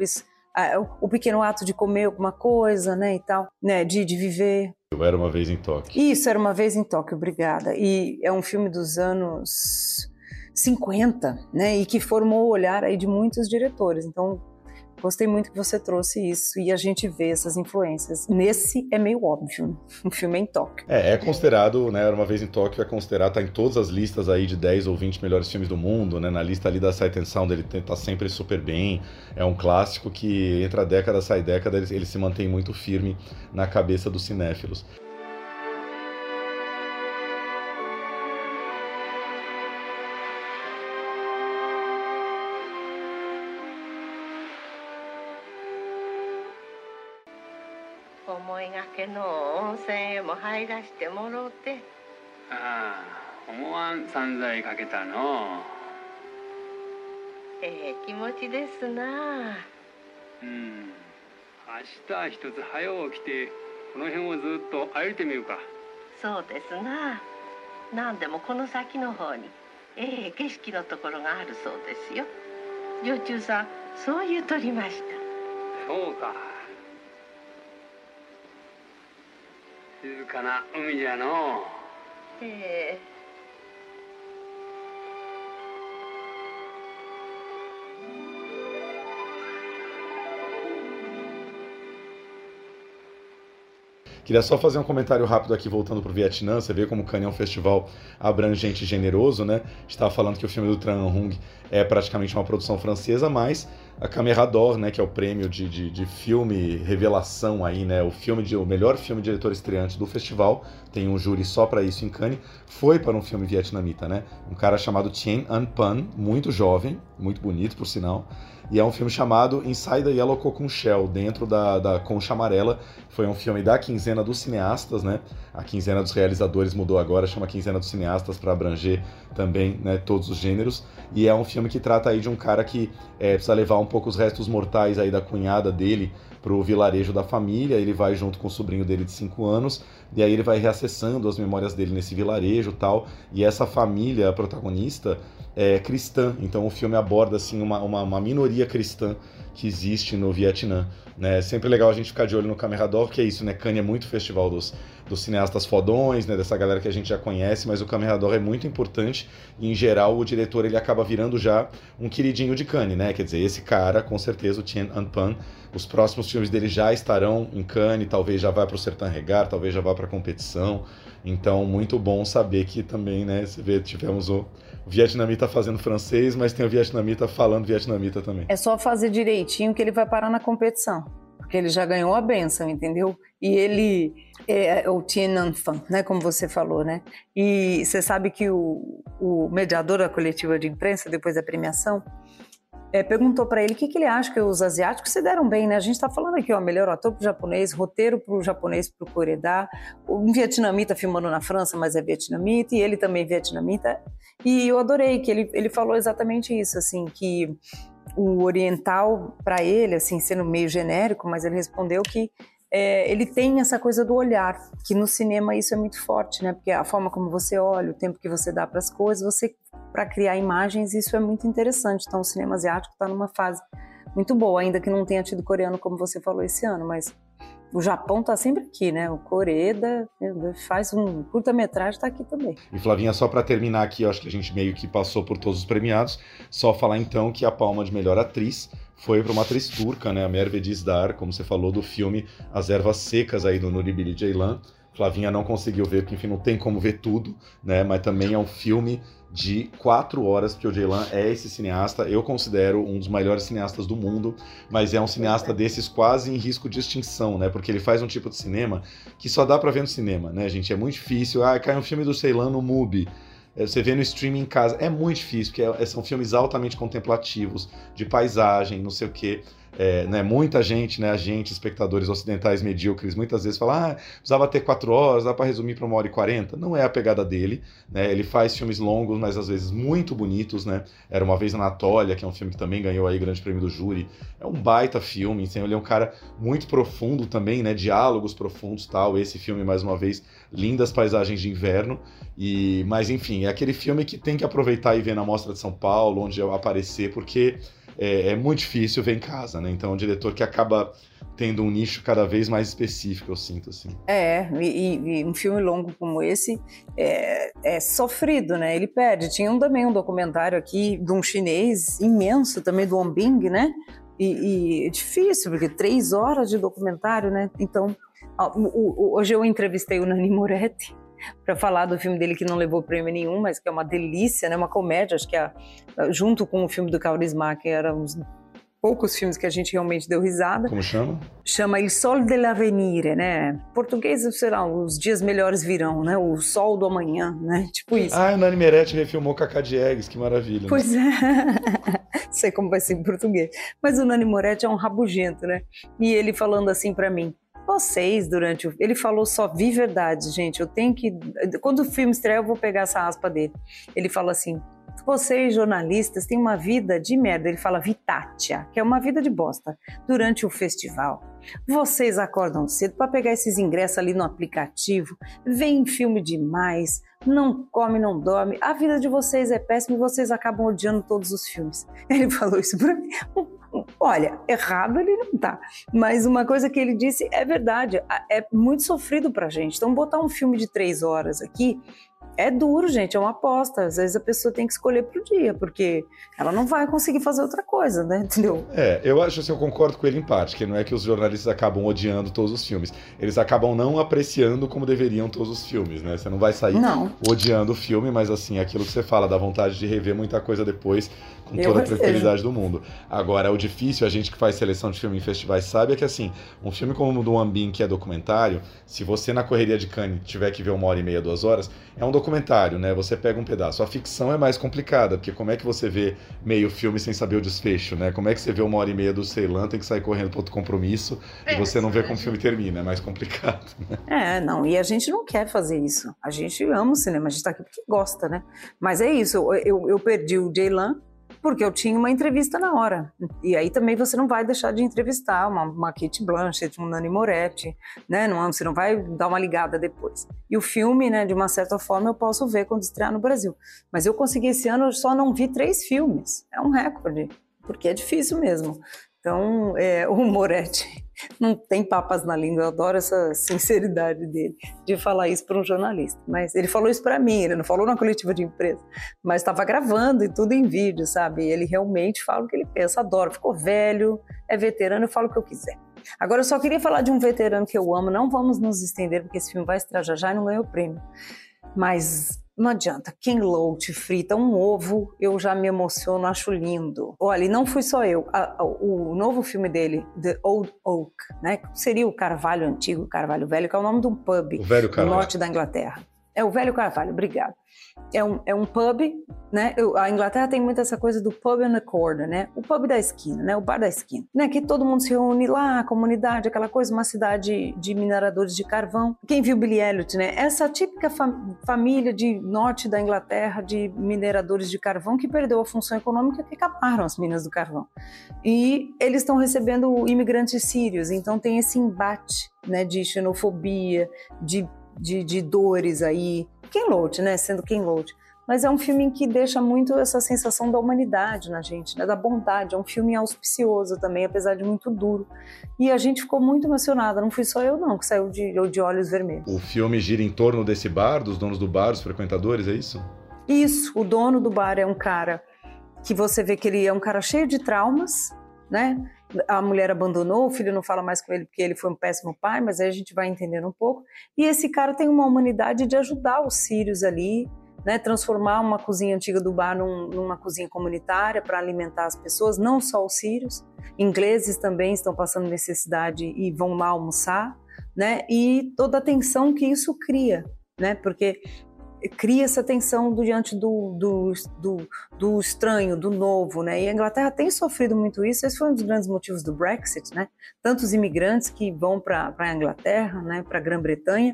ah, o, o pequeno ato de comer alguma coisa, né, e tal, né, de, de viver. Eu Era Uma Vez em Tóquio. Isso, Era Uma Vez em Tóquio, obrigada. E é um filme dos anos cinquenta, né, e que formou o olhar aí de muitos diretores. Então, gostei muito que você trouxe isso e a gente vê essas influências. Nesse é meio óbvio, né? Um filme em Tóquio. É, é considerado, né, Era Uma Vez em Tóquio, é considerado, tá em todas as listas aí de dez ou vinte melhores filmes do mundo, né, na lista ali da Sight and Sound ele tá sempre super bem, é um clássico que entra década, sai década, ele, ele se mantém muito firme na cabeça dos cinéfilos. ああ、思わん散財かけたの。 ええ気持ちですな。 うん。明日一つ早起きてこの辺をずっと歩いてみるか。 そうですな。なんでもこの先の方にええ景色のところがあるそうですよ。女中さんそう言うとりました。 そうか。静かな海じゃの。 ええ Queria só fazer um comentário rápido aqui, voltando pro Vietnã. Você vê como Cannes é um festival abrangente e generoso, né? A gente estava falando que o filme do Tran Hung é praticamente uma produção francesa, mas a Caméra d'Or, né, que é o prêmio de, de, de filme revelação aí, né, o filme de, o melhor filme de diretor estreante do festival, tem um júri só para isso em Cannes, foi para um filme vietnamita, né? Um cara chamado Thien Anh Pan, muito jovem, muito bonito por sinal, e é um filme chamado Inside the Yellow Cocoon Shell, dentro da, da concha amarela. Foi um filme da quinzena dos cineastas, né? A quinzena dos realizadores mudou agora, chama quinzena dos cineastas para abranger também, né, todos os gêneros. E é um filme que trata aí de um cara que é, precisa levar um pouco os restos mortais aí da cunhada dele pro vilarejo da família. Ele vai junto com o sobrinho dele de cinco anos, e aí ele vai reacessando as memórias dele nesse vilarejo e tal. E essa família, a protagonista, é cristã, então o filme aborda assim uma, uma, uma minoria cristã que existe no Vietnã, né? É sempre legal a gente ficar de olho no Caméra d'Or, que é isso, né? Cannes é muito festival dos, dos cineastas fodões, né? Dessa galera que a gente já conhece, mas o Caméra d'Or é muito importante e, em geral, o diretor ele acaba virando já um queridinho de Cannes, né? Quer dizer, esse cara, com certeza, o Thien Anh Pan, os próximos filmes dele já estarão em Cannes, talvez já vá para o Sertão Regar, talvez já vá para a competição. Então, muito bom saber que também, né? Você vê, tivemos o vietnamita fazendo francês, mas tem o vietnamita falando vietnamita também. É só fazer direitinho que ele vai parar na competição, porque ele já ganhou a bênção, entendeu? E ele é o Thien Anh Phan, né, como você falou, né? E você sabe que o, o mediador da coletiva de imprensa, depois da premiação, é, perguntou para ele o que, que ele acha que os asiáticos se deram bem, né? A gente está falando aqui, ó, melhor ator pro japonês, roteiro pro japonês, pro coreano, um vietnamita filmando na França, mas é vietnamita, e ele também é vietnamita. E eu adorei que ele, ele falou exatamente isso, assim, que o oriental, para ele, assim, sendo meio genérico, mas ele respondeu que é, ele tem essa coisa do olhar, que no cinema isso é muito forte, né? Porque a forma como você olha, o tempo que você dá para as coisas, você para criar imagens, isso é muito interessante. Então o cinema asiático está numa fase muito boa, ainda que não tenha tido coreano, como você falou, esse ano, mas o Japão tá sempre aqui, né? O Coreda faz um curta-metragem, tá aqui também. E Flavinha, só para terminar aqui, eu acho que a gente meio que passou por todos os premiados, só falar então que a palma de melhor atriz foi para uma atriz turca, né? A Merve Dizdar, como você falou, do filme As Ervas Secas aí do Nuri Bilge Ceylan. Flavinha não conseguiu ver, porque enfim, não tem como ver tudo, né? Mas também é um filme de quatro horas, porque o Ceylan é esse cineasta, eu considero um dos melhores cineastas do mundo, mas é um cineasta desses quase em risco de extinção, né? Porque ele faz um tipo de cinema que só dá pra ver no cinema, né, gente? É muito difícil. Ah, cai um filme do Ceylan no Mubi. Você vê no streaming em casa. É muito difícil, porque são filmes altamente contemplativos, de paisagem, não sei o quê. É, né, muita gente, né, a gente, espectadores ocidentais medíocres, muitas vezes fala, ah, precisava ter quatro horas, dá para resumir para uma hora e quarenta. Não é a pegada dele, né? Ele faz filmes longos, mas às vezes muito bonitos, né? Era Uma Vez na Anatólia, que é um filme que também ganhou aí grande prêmio do júri. É um baita filme, assim, ele é um cara muito profundo também, né? Diálogos profundos, tal. Esse filme, mais uma vez, lindas paisagens de inverno. E, mas enfim, é aquele filme que tem que aproveitar e ver na Mostra de São Paulo, onde aparecer, porque é, é muito difícil ver em casa, né? Então é um diretor que acaba tendo um nicho cada vez mais específico, eu sinto, assim. É, e, e um filme longo como esse é, é sofrido, né? Ele perde. Tinha um, também um documentário aqui de um chinês imenso, também do Wong Bing, né? E, e é difícil, porque três horas de documentário, né? Então, ó, o, o, hoje eu entrevistei o Nanni Moretti para falar do filme dele que não levou prêmio nenhum, mas que é uma delícia, né? Uma comédia, acho que é, junto com o filme do Kaurismäki, era uns poucos filmes que a gente realmente deu risada. Como chama? Chama Il Sol dell'Avvenire, né? Em português, sei lá, os dias melhores virão, né? O sol do amanhã, né? Tipo isso. Ah, o Nanni Moretti refilmou Cacá Diegues, que maravilha. Pois é. Sei como vai ser em português. Mas o Nanni Moretti é um rabugento, né? E ele falando assim pra mim, vocês durante o... Ele falou só, vi verdade, gente, eu tenho que... Quando o filme estreia, eu vou pegar essa aspa dele. Ele fala assim, vocês jornalistas têm uma vida de merda, ele fala vitátia, que é uma vida de bosta, durante o festival. Vocês acordam cedo para pegar esses ingressos ali no aplicativo, veem filme demais, não come, não dorme, a vida de vocês é péssima e vocês acabam odiando todos os filmes. Ele falou isso para mim. Olha, errado ele não tá, mas uma coisa que ele disse é verdade, é muito sofrido pra gente. Então botar um filme de três horas aqui é duro, gente, é uma aposta. Às vezes a pessoa tem que escolher pro dia, porque ela não vai conseguir fazer outra coisa, né? Entendeu? É, eu acho assim, eu concordo com ele em parte, que não é que os jornalistas acabam odiando todos os filmes. Eles acabam não apreciando como deveriam todos os filmes, né? Você não vai sair não. odiando o filme, mas assim, aquilo que você fala, dá vontade de rever muita coisa depois, com Eu toda a revejo. tranquilidade do mundo. Agora, o difícil, a gente que faz seleção de filme em festivais sabe, é que assim, um filme como o do Wong Bing, que é documentário, se você na correria de Cannes tiver que ver uma hora e meia, duas horas, é um documentário, né? Você pega um pedaço. A ficção é mais complicada, porque como é que você vê meio filme sem saber o desfecho, né? Como é que você vê uma hora e meia do Ceilã, tem que sair correndo para outro compromisso e você não vê como o filme termina, é mais complicado, né? É, não, e a gente não quer fazer isso. A gente ama o cinema, a gente tá aqui porque gosta, né? Mas é isso, eu, eu, eu perdi o Ceylan porque eu tinha uma entrevista na hora. E aí também você não vai deixar de entrevistar uma, uma Cate Blanchett, um Nanni Moretti, né? Não, você não vai dar uma ligada depois. E o filme, né, de uma certa forma, eu posso ver quando estrear no Brasil. Mas eu consegui esse ano, eu só não vi três filmes. É um recorde, porque é difícil mesmo. Então, é, o Moretti não tem papas na língua, eu adoro essa sinceridade dele, de falar isso para um jornalista. Mas ele falou isso para mim, ele não falou na coletiva de imprensa, mas estava gravando e tudo em vídeo, sabe? Ele realmente fala o que ele pensa, adoro, ficou velho, é veterano, eu falo o que eu quiser. Agora, eu só queria falar de um veterano que eu amo, não vamos nos estender, porque esse filme vai estrear já já e não ganhou prêmio. Mas não adianta, Ken Loach frita um ovo, eu já me emociono, acho lindo. Olha, e não fui só eu, a, a, o novo filme dele, The Old Oak, né? Seria o Carvalho Antigo, Carvalho Velho, que é o nome de um pub O Velho no Carvalho. norte da Inglaterra. É o Velho Carvalho, obrigado. É um, é um pub, né? Eu, a Inglaterra tem muito essa coisa do pub on the corner, né? O pub da esquina, né? O bar da esquina, né? Que todo mundo se reúne lá, a comunidade, aquela coisa, uma cidade de mineradores de carvão. Quem viu Billy Elliot, né? Essa típica fam- família de norte da Inglaterra de mineradores de carvão que perdeu a função econômica, que acabaram as minas do carvão. E eles estão recebendo imigrantes sírios, então tem esse embate, né? De xenofobia, de De, de dores aí, Ken Loach, né, sendo Ken Loach, mas é um filme que deixa muito essa sensação da humanidade na gente, né, da bondade, é um filme auspicioso também, apesar de muito duro, e a gente ficou muito emocionada, não fui só eu não, que saiu de, de olhos vermelhos. O filme gira em torno desse bar, dos donos do bar, os frequentadores, é isso? Isso, o dono do bar é um cara que você vê que ele é um cara cheio de traumas, né? A mulher abandonou, o filho não fala mais com ele porque ele foi um péssimo pai, mas aí a gente vai entendendo um pouco. E esse cara tem uma humanidade de ajudar os sírios ali, né? Transformar uma cozinha antiga do bar num, numa cozinha comunitária para alimentar as pessoas, não só os sírios. Ingleses também estão passando necessidade e vão lá almoçar, né? E toda a tensão que isso cria, né? Porque cria essa tensão diante do, do, do, do estranho, do novo, né? E a Inglaterra tem sofrido muito isso, esse foi um dos grandes motivos do Brexit, né? Tantos imigrantes que vão para a Inglaterra, né? Para a Grã-Bretanha,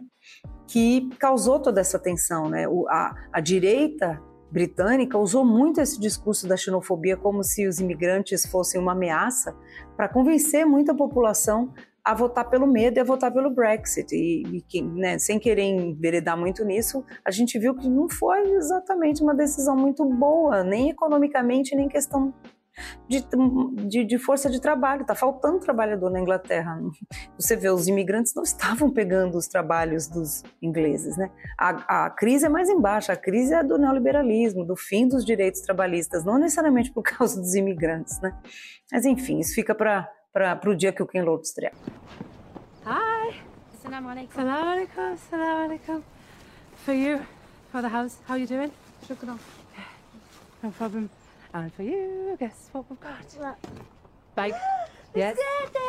que causou toda essa tensão, né? O, a, a direita britânica usou muito esse discurso da xenofobia como se os imigrantes fossem uma ameaça para convencer muita população a votar pelo medo e a votar pelo Brexit. E, e né, sem querer enveredar muito nisso, a gente viu que não foi exatamente uma decisão muito boa, nem economicamente, nem questão de, de, de força de trabalho. Está faltando trabalhador na Inglaterra. Você vê, os imigrantes não estavam pegando os trabalhos dos ingleses, né? A, a crise é mais embaixo, a crise é do neoliberalismo, do fim dos direitos trabalhistas, não necessariamente por causa dos imigrantes, né? Mas enfim, isso fica para o dia que o Ken Loach estreia. Hi. Assalamu alaikum. Assalamu alaikum. Assalamu alaikum. For you, for the house, how you doing? Shukran. No problem. And for you, guess what we've got? Bag. Yes.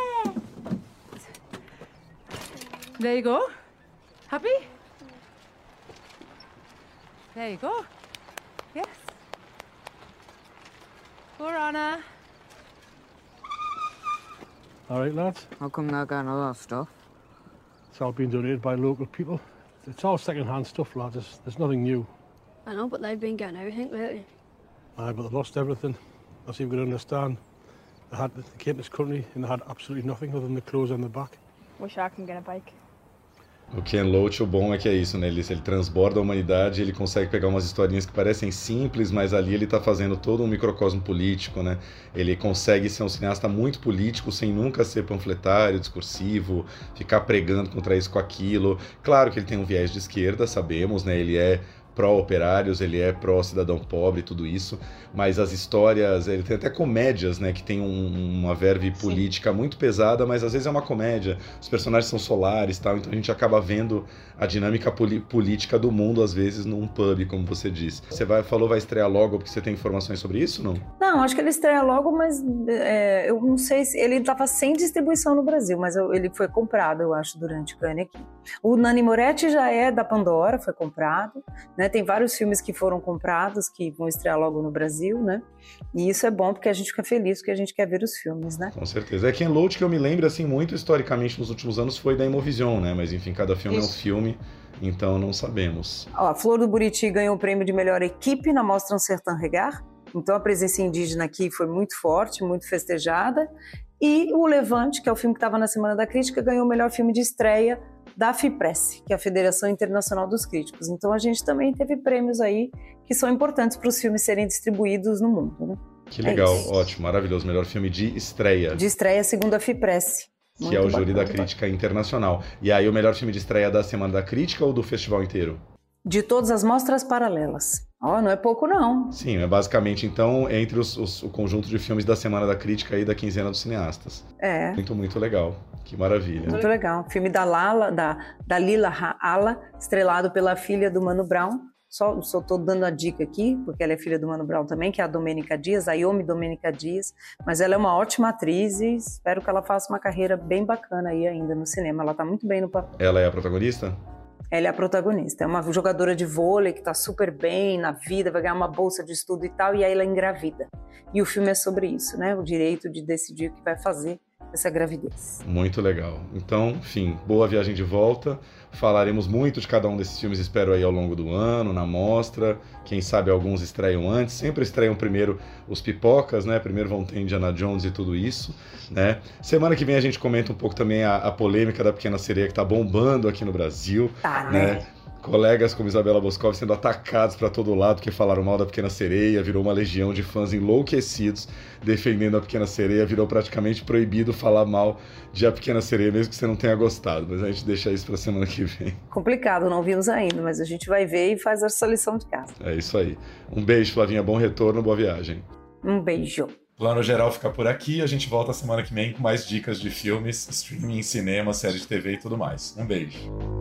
There you go. Happy? There you go. Yes. Poor Anna. All right, lads. How come they're getting all that stuff? It's all been donated by local people. It's all second-hand stuff, lads. There's, there's nothing new. I know, but they've been getting everything lately. Aye, but they've lost everything. As you can understand, they, had, they came to this country and they had absolutely nothing other than the clothes on the back. Wish I can get a bike. O Ken Loach, o bom é que é isso, né? Ele, ele transborda a humanidade, ele consegue pegar umas historinhas que parecem simples, mas ali ele tá fazendo todo um microcosmo político, né? Ele consegue ser um cineasta muito político, sem nunca ser panfletário, discursivo, ficar pregando contra isso, com aquilo. Claro que ele tem um viés de esquerda, sabemos, né? Ele é pró-operários, ele é pró-cidadão pobre, tudo isso, mas as histórias, ele tem até comédias, né, que tem um, uma verve política muito pesada, mas às vezes é uma comédia, os personagens são solares, tal, então a gente acaba vendo a dinâmica política do mundo, às vezes, num pub, como você disse. Você vai, falou vai estrear logo, porque você tem informações sobre isso, não? Não, acho que ele estreia logo, mas é, eu não sei se... Ele estava sem distribuição no Brasil, mas eu, ele foi comprado, eu acho, durante o Cannes aqui. O Nanni Moretti já é da Pandora, foi comprado, né? Tem vários filmes que foram comprados, que vão estrear logo no Brasil, né? E isso é bom porque a gente fica feliz, porque a gente quer ver os filmes, né? Com certeza. É Ken Loach, que eu me lembro, assim, muito historicamente nos últimos anos, foi da Imovision, né? Mas, enfim, cada filme isso. é um filme, então não sabemos. Ó, a Flor do Buriti ganhou o prêmio de melhor equipe na Mostra Um Sertão Regar, então a presença indígena aqui foi muito forte, muito festejada. E o Levante, que é o filme que estava na Semana da Crítica, ganhou o melhor filme de estreia da FIPRESS, que é a Federação Internacional dos Críticos. Então a gente também teve prêmios aí que são importantes para os filmes serem distribuídos no mundo, né? Que legal, é ótimo, maravilhoso. Melhor filme de estreia. De estreia, segundo a FIPRESS. Que Muito é o bacana, júri da crítica internacional. E aí o melhor filme de estreia da Semana da Crítica ou do festival inteiro? De todas as mostras paralelas. Ó, oh, não é pouco não. Sim, é basicamente então entre os, os, o conjunto de filmes da Semana da Crítica e da Quinzena dos Cineastas. É. Muito, muito legal. Que maravilha. Muito legal. Filme da Lala, da, da Lila Ala, estrelado pela filha do Mano Brown. Só, só tô dando a dica aqui, porque ela é filha do Mano Brown também, que é a Domênica Dias, a Yomi Domênica Dias. Mas ela é uma ótima atriz e espero que ela faça uma carreira bem bacana aí ainda no cinema. Ela tá muito bem no papel. Ela é a protagonista? Ela é a protagonista, é uma jogadora de vôlei que tá super bem na vida, vai ganhar uma bolsa de estudo e tal, e aí ela engravida. E o filme é sobre isso, né? O direito de decidir o que vai fazer essa gravidez. Muito legal. Então, enfim, boa viagem de volta. Falaremos muito de cada um desses filmes, espero aí ao longo do ano, na mostra. Quem sabe alguns estreiam antes. Sempre estreiam primeiro os pipocas, né? Primeiro vão ter Indiana Jones e tudo isso, né? Semana que vem a gente comenta um pouco também a, a polêmica da Pequena Sereia, que tá bombando aqui no Brasil. Tá, né? né? Colegas como Isabela Boscov sendo atacados para todo lado porque falaram mal da Pequena Sereia, virou uma legião de fãs enlouquecidos defendendo a Pequena Sereia, virou praticamente proibido falar mal de A Pequena Sereia, mesmo que você não tenha gostado, mas a gente deixa isso para semana que vem. Complicado, não vimos ainda, mas a gente vai ver e faz essa lição de casa. É isso aí. Um beijo, Flavinha, bom retorno, boa viagem. Um beijo. Plano Geral fica por aqui, a gente volta semana que vem com mais dicas de filmes, streaming, cinema, série de T V e tudo mais. Um beijo.